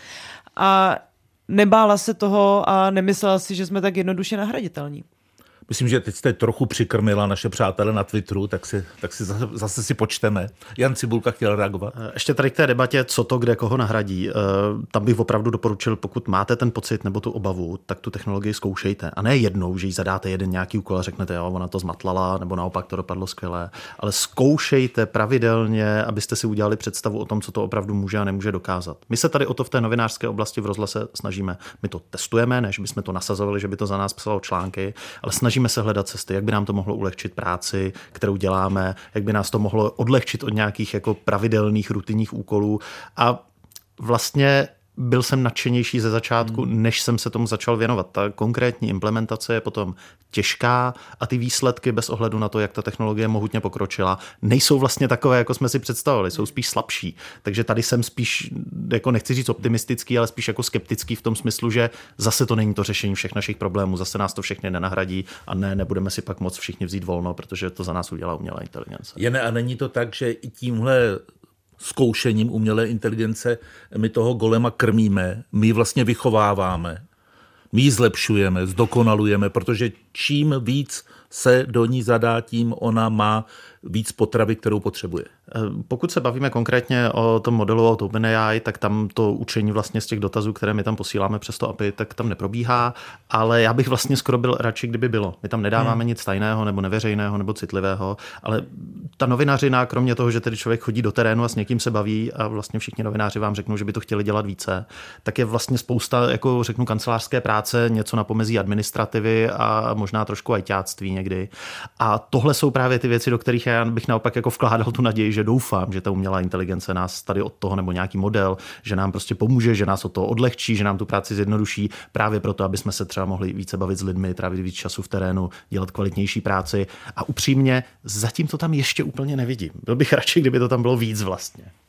A nebála se toho a nemyslela si, že jsme tak jednoduše nahraditelní. Myslím, že teď jste trochu přikrmila naše přátele na Twitteru, tak si zase si počteme. Jan Cibulka chtěl reagovat. Ještě tady k té debatě, co to kde koho nahradí. Tam bych opravdu doporučil, pokud máte ten pocit nebo tu obavu, tak tu technologii zkoušejte. A ne jednou, že jí zadáte jeden nějaký úkol a řeknete, jo, ona to zmatlala, nebo naopak to dopadlo skvěle. Ale zkoušejte pravidelně, abyste si udělali představu o tom, co to opravdu může a nemůže dokázat. My se tady o to v té novinářské oblasti v rozhlase snažíme. My to testujeme, než bychom to nasazovali, že by to za nás psalo články, ale snažíme se hledat cesty, jak by nám to mohlo ulehčit práci, kterou děláme, jak by nás to mohlo odlehčit od nějakých jako pravidelných rutinních úkolů. A vlastně byl jsem nadšenější ze začátku, než jsem se tomu začal věnovat. Ta konkrétní implementace je potom těžká a ty výsledky bez ohledu na to, jak ta technologie mohutně pokročila, nejsou vlastně takové, jako jsme si představovali, jsou spíš slabší. Takže tady jsem spíš, jako nechci říct optimistický, ale spíš jako skeptický v tom smyslu, že zase to není to řešení všech našich problémů, zase nás to všechny nenahradí a nebudeme si pak moc všichni vzít volno, protože to za nás udělá umělá inteligence. A není to tak, že i tímhle zkoušením umělé inteligence my toho golema krmíme, my ji vlastně vychováváme, my ji zlepšujeme, zdokonalujeme, protože čím víc se do ní zadá, tím ona má víc potravy, kterou potřebuje. Pokud se bavíme konkrétně o tom modelu od OpenAI, tak tam to učení vlastně z těch dotazů, které my tam posíláme přes to API, tak tam neprobíhá, ale já bych vlastně skoro byl radši, kdyby bylo. My tam nedáváme nic tajného nebo neveřejného nebo citlivého, ale ta novinařina, kromě toho, že tedy člověk chodí do terénu a s někým se baví a vlastně všichni novináři vám řeknou, že by to chtěli dělat více, tak je vlastně spousta, jako řeknu, kancelářské práce, něco na pomezí administrativy a možná trošku ajťáctví někdy. A tohle jsou právě ty věci, do kterých já bych naopak jako vkládal tu naději, že doufám, že ta umělá inteligence nás tady od toho nebo nějaký model, že nám prostě pomůže, že nás od toho odlehčí, že nám tu práci zjednoduší, právě proto, aby jsme se třeba mohli více bavit s lidmi, trávit víc času v terénu, dělat kvalitnější práci. A upřímně, zatím to tam ještě úplně nevidím. Byl bych radši, kdyby to tam bylo víc vlastně.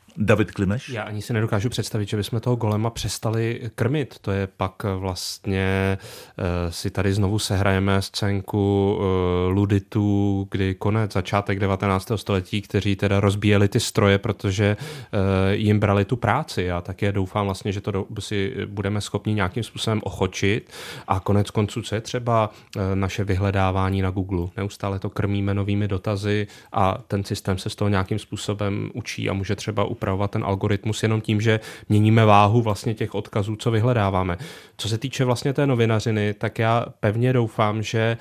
David Klimeš? Já ani si nedokážu představit, že bychom toho golema přestali krmit. To je pak vlastně si tady znovu sehrajeme scénku luditů, kdy začátek 19. století, kteří teda rozbíjeli ty stroje, protože jim brali tu práci. Já také doufám vlastně, že to si budeme schopni nějakým způsobem ochočit a konec konců, co je třeba naše vyhledávání na Google. Neustále to krmíme novými dotazy a ten systém se z toho nějakým způsobem učí a může třeba upravovat ten algoritmus jenom tím, že měníme váhu vlastně těch odkazů, co vyhledáváme. Co se týče vlastně té novinařiny, tak já pevně doufám, že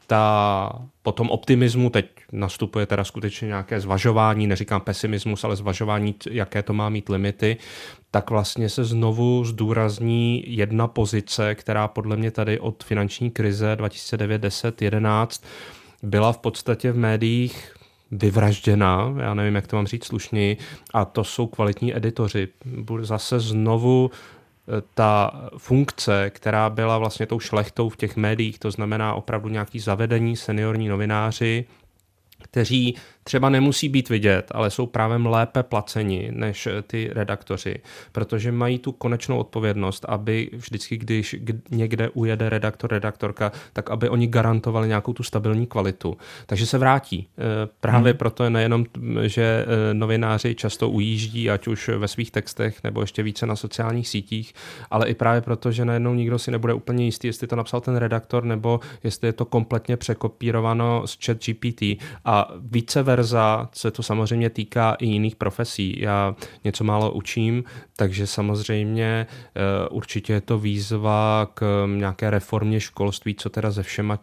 po tom optimismu teď nastupuje teda skutečně nějaké zvažování, neříkám pesimismus, ale zvažování, jaké to má mít limity, tak vlastně se znovu zdůrazní jedna pozice, která podle mě tady od finanční krize 2009, 10, 11 byla v podstatě v médiích vyvražděna, já nevím, jak to mám říct slušněji, a to jsou kvalitní editoři. Bude zase znovu ta funkce, která byla vlastně tou šlechtou v těch médiích, to znamená opravdu nějaký zavedení seniorní novináři, kteří třeba nemusí být vidět, ale jsou právě lépe placeni než ty redaktoři, protože mají tu konečnou odpovědnost, aby vždycky, když někde ujede redaktorka, tak aby oni garantovali nějakou tu stabilní kvalitu. Takže se vrátí. Právě proto je nejenom, že novináři často ujíždí, ať už ve svých textech, nebo ještě více na sociálních sítích, ale i právě proto, že najednou nikdo si nebude úplně jistý, jestli to napsal ten redaktor, nebo jestli je to kompletně překopírováno z ChatGPT. A více verza se to samozřejmě týká i jiných profesí. Já něco málo učím, takže samozřejmě určitě je to výzva k nějaké reformě školství, co teda se všema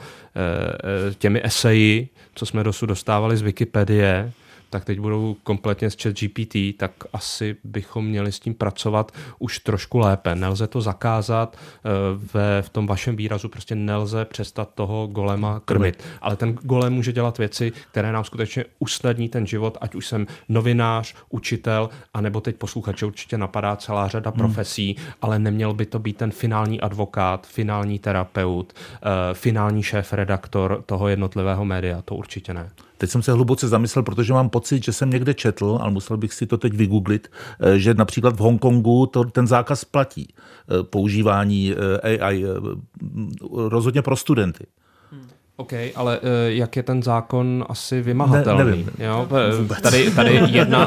těmi eseji, co jsme dosud dostávali z Wikipedie, tak teď budou kompletně z ChatGPT, tak asi bychom měli s tím pracovat už trošku lépe. Nelze to zakázat v tom vašem výrazu, prostě nelze přestat toho golema krmit. Ale ten golem může dělat věci, které nám skutečně usnadní ten život, ať už jsem novinář, učitel, anebo teď posluchače určitě napadá celá řada profesí, ale neměl by to být ten finální advokát, finální terapeut, finální šéf-redaktor toho jednotlivého média, to určitě ne. Teď jsem se hluboce zamyslel, protože mám pocit, že jsem někde četl, ale musel bych si to teď vygooglit, že například v Hongkongu ten zákaz platí používání AI rozhodně pro studenty. OK, ale jak je ten zákon asi vymahatelný? Nevím. Jo? Tady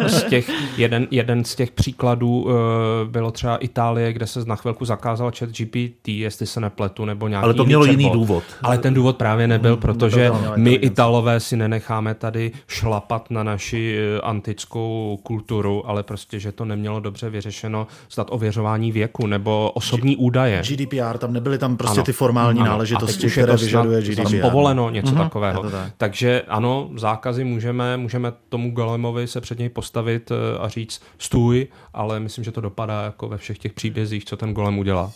jeden z těch příkladů bylo třeba Itálie, kde se na chvilku zakázal ChatGPT, jestli se nepletu, nebo nějaký ale to mělo jiný jiný důvod. Ale ten důvod právě nebyl, protože my Italové si nenecháme tady šlapat na naši antickou kulturu, ale prostě, že to nemělo dobře vyřešeno snad ověřování věku nebo osobní údaje. GDPR, tam nebyly tam prostě ty formální náležitosti, které vyžaduje GDPR. Něco takového. Takže ano, zákazy můžeme tomu golemovi se před něj postavit a říct stůj, ale myslím, že to dopadá jako ve všech těch příbězích, co ten golem udělá.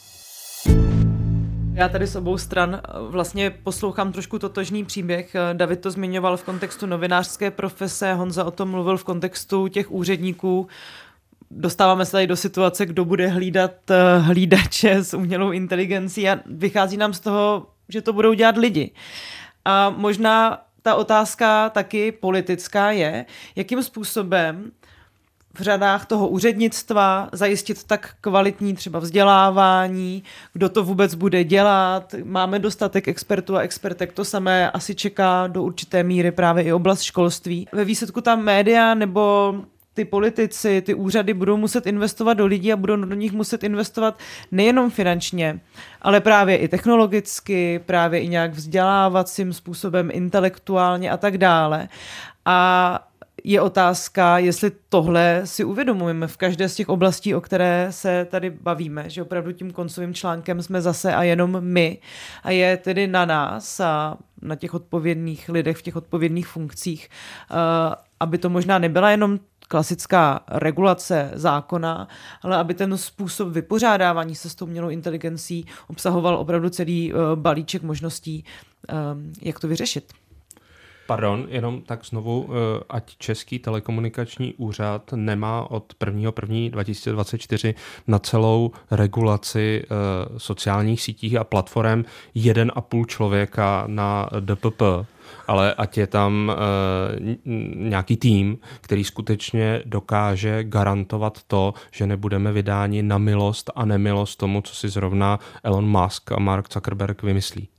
Já tady s obou stran vlastně poslouchám trošku totožný příběh. David to zmiňoval v kontextu novinářské profese, Honza o tom mluvil v kontextu těch úředníků. Dostáváme se tady do situace, kdo bude hlídat hlídače s umělou inteligencí a vychází nám z toho, že to budou dělat lidi. A možná ta otázka taky politická je, jakým způsobem v řadách toho úřednictva zajistit tak kvalitní třeba vzdělávání, kdo to vůbec bude dělat. Máme dostatek expertů a expertek, to samé asi čeká do určité míry právě i oblast školství. Ve výsledku tam média nebo ty politici, ty úřady budou muset investovat do lidí a budou do nich muset investovat nejenom finančně, ale právě i technologicky, právě i nějak vzdělávacím způsobem, intelektuálně a tak dále. A je otázka, jestli tohle si uvědomujeme v každé z těch oblastí, o které se tady bavíme, že opravdu tím koncovým článkem jsme zase a jenom my. A je tedy na nás a na těch odpovědných lidech v těch odpovědných funkcích, aby to možná nebyla jenom klasická regulace zákona, ale aby ten způsob vypořádávání se s tou umělou inteligencí obsahoval opravdu celý balíček možností, jak to vyřešit. Pardon, jenom tak znovu, ať Český telekomunikační úřad nemá od 1.1.2024 na celou regulaci sociálních sítích a platform 1,5 člověka na DPP. ale ať je tam nějaký tým, který skutečně dokáže garantovat to, že nebudeme vydáni na milost a nemilost tomu, co si zrovna Elon Musk a Mark Zuckerberg vymyslí.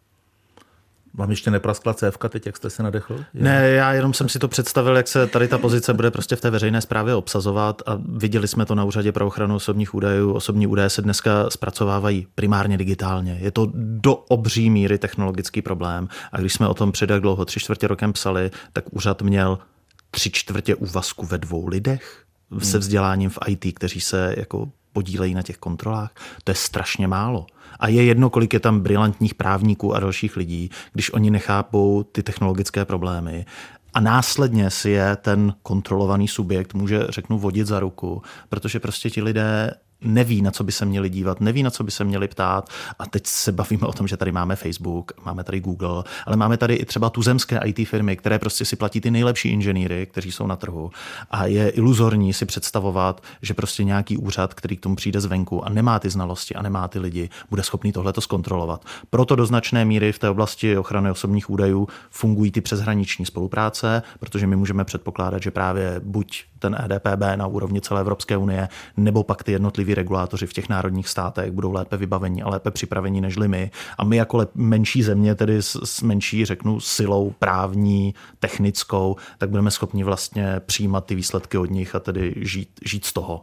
Vám ještě nepraskla cévka teď, jak jste se nadechl? Ne, já jenom jsem si to představil, jak se tady ta pozice bude prostě v té veřejné správě obsazovat a viděli jsme to na Úřadě pro ochranu osobních údajů. Osobní údaje se dneska zpracovávají primárně digitálně. Je to do obří míry technologický problém a když jsme o tom před jak dlouho, 3/4 rokem psali, tak úřad měl 3/4 úvazku ve 2 lidech se vzděláním v IT, kteří se jako podílejí na těch kontrolách. To je strašně málo. A je jedno, kolik je tam brilantních právníků a dalších lidí, když oni nechápou ty technologické problémy. A následně si je ten kontrolovaný subjekt může, řeknu, vodit za ruku, protože prostě ti lidé neví, na co by se měli dívat, neví, na co by se měli ptát. A teď se bavíme o tom, že tady máme Facebook, máme tady Google, ale máme tady i třeba tuzemské IT firmy, které prostě si platí ty nejlepší inženýry, kteří jsou na trhu. A je iluzorní si představovat, že prostě nějaký úřad, který k tomu přijde zvenku a nemá ty znalosti a nemá ty lidi, bude schopný tohleto zkontrolovat. Proto do značné míry v té oblasti ochrany osobních údajů fungují ty přeshraniční spolupráce, protože my můžeme předpokládat, že právě buď ten EDPB na úrovni celé Evropské unie, nebo pak ty jednotliví regulátoři v těch národních státech budou lépe vybavení a lépe připraveni nežli my. A my jako menší země, tedy s menší, řeknu, silou právní, technickou, tak budeme schopni vlastně přijímat ty výsledky od nich a tedy žít z toho.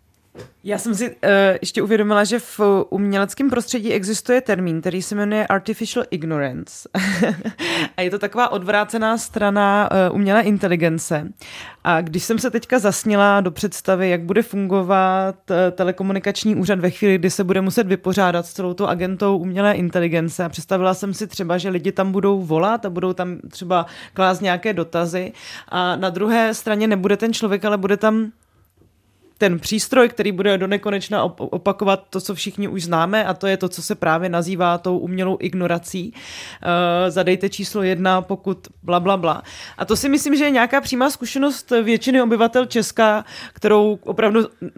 Já jsem si ještě uvědomila, že v uměleckém prostředí existuje termín, který se jmenuje artificial ignorance. A je to taková odvrácená strana umělé inteligence. A když jsem se teďka zasnila do představy, jak bude fungovat telekomunikační úřad ve chvíli, kdy se bude muset vypořádat s celou tou agentou umělé inteligence, a představila jsem si třeba, že lidi tam budou volat a budou tam třeba klást nějaké dotazy a na druhé straně nebude ten člověk, ale bude tam ten přístroj, který bude do nekonečna opakovat to, co všichni už známe, a to je to, co se právě nazývá tou umělou ignorací. Zadejte číslo 1, pokud bla, bla, bla. A to si myslím, že je nějaká přímá zkušenost většiny obyvatel Česka, kterou opravdu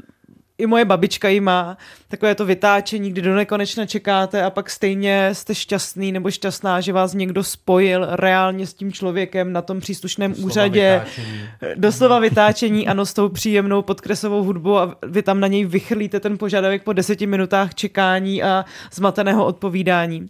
i moje babička ji má, takové to vytáčení, kdy do nekonečna čekáte a pak stejně jste šťastný nebo šťastná, že vás někdo spojil reálně s tím člověkem na tom příslušném úřadě. Doslova vytáčení, ano, s tou příjemnou podkresovou hudbou a vy tam na něj vychrlíte ten požadavek po 10 minutách čekání a zmateného odpovídání.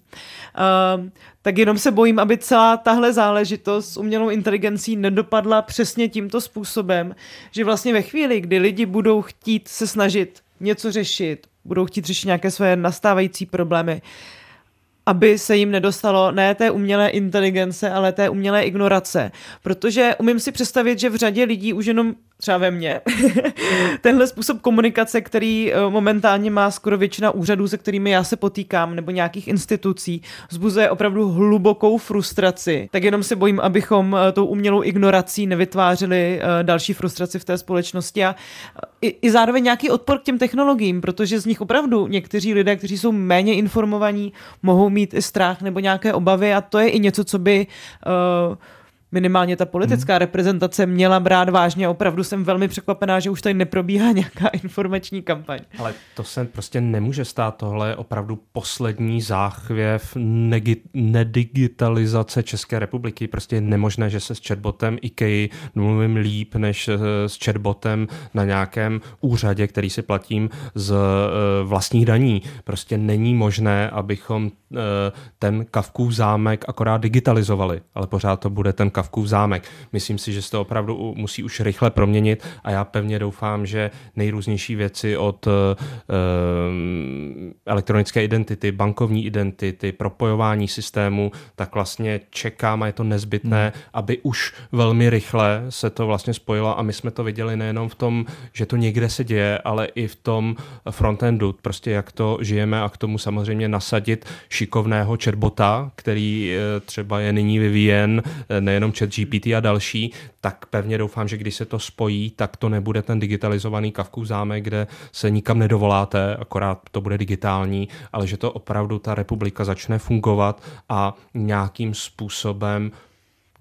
Tak jenom se bojím, aby celá tahle záležitost s umělou inteligencí nedopadla přesně tímto způsobem, že vlastně ve chvíli, kdy lidi budou chtít se snažit něco řešit, budou chtít řešit nějaké své nastávající problémy, aby se jim nedostalo ne té umělé inteligence, ale té umělé ignorace. Protože umím si představit, že v řadě lidí už jenom třeba ve mně, tenhle způsob komunikace, který momentálně má skoro většina úřadů, se kterými já se potýkám, nebo nějakých institucí, vzbuzuje opravdu hlubokou frustraci. Tak jenom se bojím, abychom tou umělou ignorací nevytvářeli další frustraci v té společnosti a i zároveň nějaký odpor k těm technologiím, protože z nich opravdu někteří lidé, kteří jsou méně informovaní, mohou mít i strach nebo nějaké obavy a to je i něco, co by minimálně ta politická reprezentace měla brát vážně. Opravdu jsem velmi překvapená, že už tady neprobíhá nějaká informační kampaň. Ale to se prostě nemůže stát. Tohle je opravdu poslední záchvěv nedigitalizace České republiky. Prostě je nemožné, že se s chatbotem IKEA mluvím líp než s chatbotem na nějakém úřadě, který si platím z vlastních daní. Prostě není možné, abychom ten Kafkův zámek akorát digitalizovali, ale pořád to bude ten Kafkův zámek. Myslím si, že se to opravdu musí už rychle proměnit a já pevně doufám, že nejrůznější věci od elektronické identity, bankovní identity, propojování systému, tak vlastně čekám a je to nezbytné, aby už velmi rychle se to vlastně spojilo a my jsme to viděli nejenom v tom, že to někde se děje, ale i v tom frontendu, prostě jak to žijeme a k tomu samozřejmě nasadit šikovného chatbota, který třeba je nyní vyvíjen, nejenom ChatGPT a další, tak pevně doufám, že když se to spojí, tak to nebude ten digitalizovaný Kafkův zámek, kde se nikam nedovoláte, akorát to bude digitální, ale že to opravdu ta republika začne fungovat a nějakým způsobem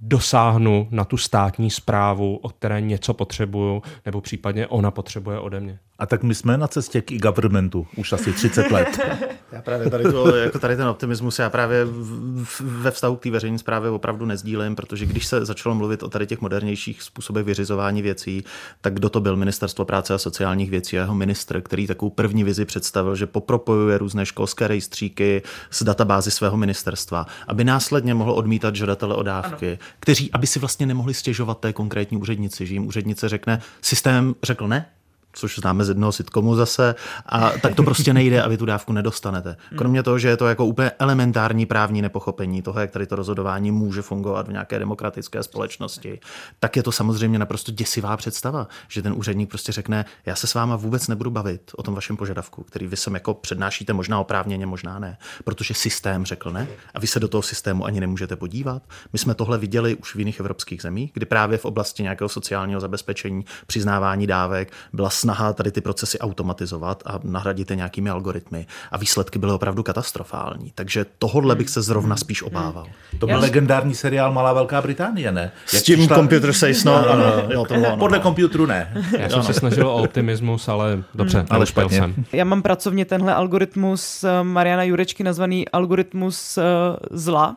dosáhnu na tu státní správu, o které něco potřebuju, nebo případně ona potřebuje ode mě. A tak my jsme na cestě k e-governmentu už asi 30 let. Já právě tady ten optimismus já právě ve vztahu k té veřejné správě opravdu nezdílím, protože když se začalo mluvit o tady těch modernějších způsobech vyřizování věcí, tak kdo to byl? Ministerstvo práce a sociálních věcí a jeho ministr, který takovou první vizi představil, že popropojuje různé školské rejstříky s databázy svého ministerstva, aby následně mohl odmítat žadatele o dávky, kteří aby si vlastně nemohli stěžovat té konkrétní úřednici, že jim úřednice řekne, systém řekl ne, což známe z jednoho sitcomu zase, a tak to prostě nejde a vy tu dávku nedostanete. Kromě toho, že je to jako úplně elementární právní nepochopení toho, jak tady to rozhodování může fungovat v nějaké demokratické společnosti, tak je to samozřejmě naprosto děsivá představa, že ten úředník prostě řekne, já se s váma vůbec nebudu bavit o tom vašem požadavku, který vy sem jako přednášíte možná oprávněně, možná ne, protože systém řekl ne a vy se do toho systému ani nemůžete podívat. My jsme tohle viděli už v jiných evropských zemích, kdy právě v oblasti nějakého sociálního zabezpečení, přiznávání dávek byla snaha tady ty procesy automatizovat a nahradit je nějakými algoritmy. A výsledky byly opravdu katastrofální. Takže tohodle bych se zrovna spíš obával. To byl legendární seriál Malá Velká Británie, ne? S tím Computer Says No. Podle computeru ne. Já jsem se snažil o optimismus, ale dobře, ale špatně. Jsem. Já mám pracovně tenhle algoritmus Mariana Jurečky nazvaný algoritmus zla.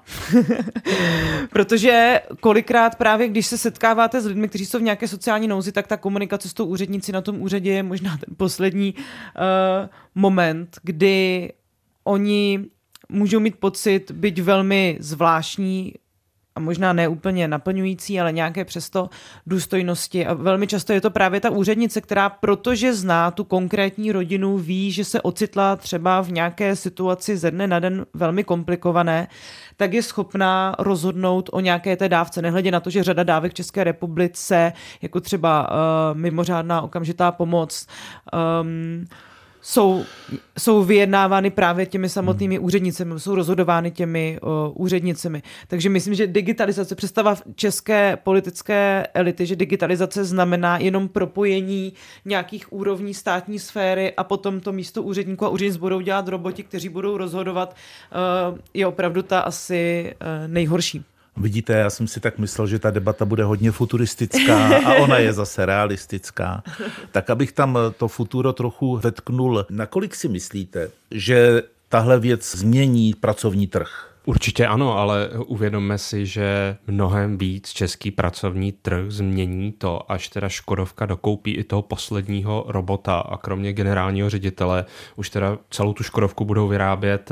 Protože kolikrát právě, když se setkáváte s lidmi, kteří jsou v nějaké sociální nouzi, tak ta komunikace s tou úřednicí na tom úřadě je možná ten poslední moment, kdy oni můžou mít pocit, byť velmi zvláštní a možná ne úplně naplňující, ale nějaké přesto důstojnosti. A velmi často je to právě ta úřednice, která, protože zná tu konkrétní rodinu, ví, že se ocitla třeba v nějaké situaci ze dne na den velmi komplikované, tak je schopná rozhodnout o nějaké té dávce. Nehledě na to, že řada dávek v České republice, jako třeba mimořádná okamžitá pomoc, jsou vyjednávány právě těmi samotnými úřednicemi, jsou rozhodovány těmi úřednicemi. Takže myslím, že digitalizace, představa české politické elity, že digitalizace znamená jenom propojení nějakých úrovní státní sféry a potom to místo úředníků a úřednic budou dělat roboti, kteří budou rozhodovat, je opravdu ta asi nejhorší. Vidíte, já jsem si tak myslel, že ta debata bude hodně futuristická a ona je zase realistická. Tak abych tam to futuro trochu vetknul. Nakolik si myslíte, že tahle věc změní pracovní trh? Určitě ano, ale uvědomme si, že mnohem víc český pracovní trh změní to, až teda Škodovka dokoupí i toho posledního robota a kromě generálního ředitele už teda celou tu Škodovku budou vyrábět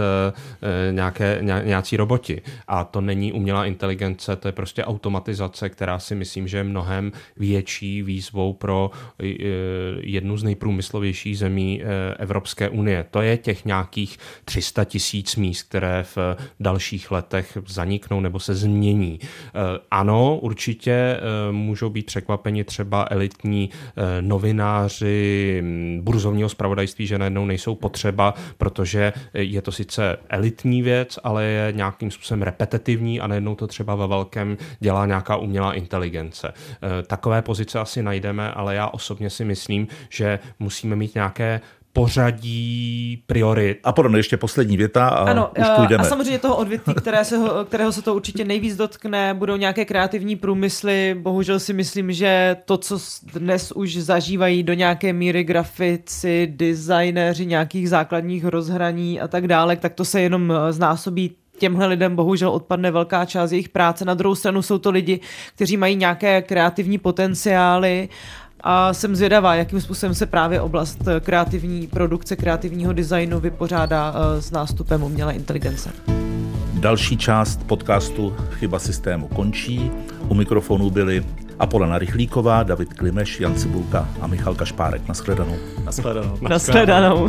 nějací roboti. A to není umělá inteligence, to je prostě automatizace, která si myslím, že je mnohem větší výzvou pro jednu z nejprůmyslovějších zemí Evropské unie. To je těch nějakých 300 000 míst, které v dalších letech zaniknou nebo se změní. Ano, určitě můžou být překvapeni třeba elitní novináři burzovního zpravodajství, že najednou nejsou potřeba, protože je to sice elitní věc, ale je nějakým způsobem repetitivní a najednou to třeba ve velkém dělá nějaká umělá inteligence. Takové pozice asi najdeme, ale já osobně si myslím, že musíme mít nějaké pořadí priorit. A pardon, ještě poslední věta a ano, už půjdeme. A samozřejmě toho odvětví, kterého se to určitě nejvíc dotkne, budou nějaké kreativní průmysly. Bohužel si myslím, že to, co dnes už zažívají do nějaké míry grafici, designéři nějakých základních rozhraní a tak dále, tak to se jenom znásobí. Těmhle lidem bohužel odpadne velká část jejich práce. Na druhou stranu jsou to lidi, kteří mají nějaké kreativní potenciály. A jsem zvědavá, jakým způsobem se právě oblast kreativní produkce, kreativního designu vypořádá s nástupem umělé inteligence. Další část podcastu Chyba systému končí. U mikrofonu byli Apolena Rychlíková, David Klimeš, Jan Cibulka a Michal Kašpárek. Nashledanou. Nashledanou.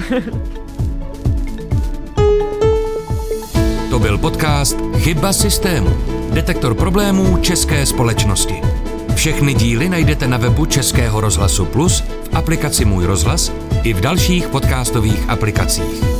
To byl podcast Chyba systému. Detektor problémů české společnosti. Všechny díly najdete na webu Českého rozhlasu Plus, v aplikaci Můj rozhlas i v dalších podcastových aplikacích.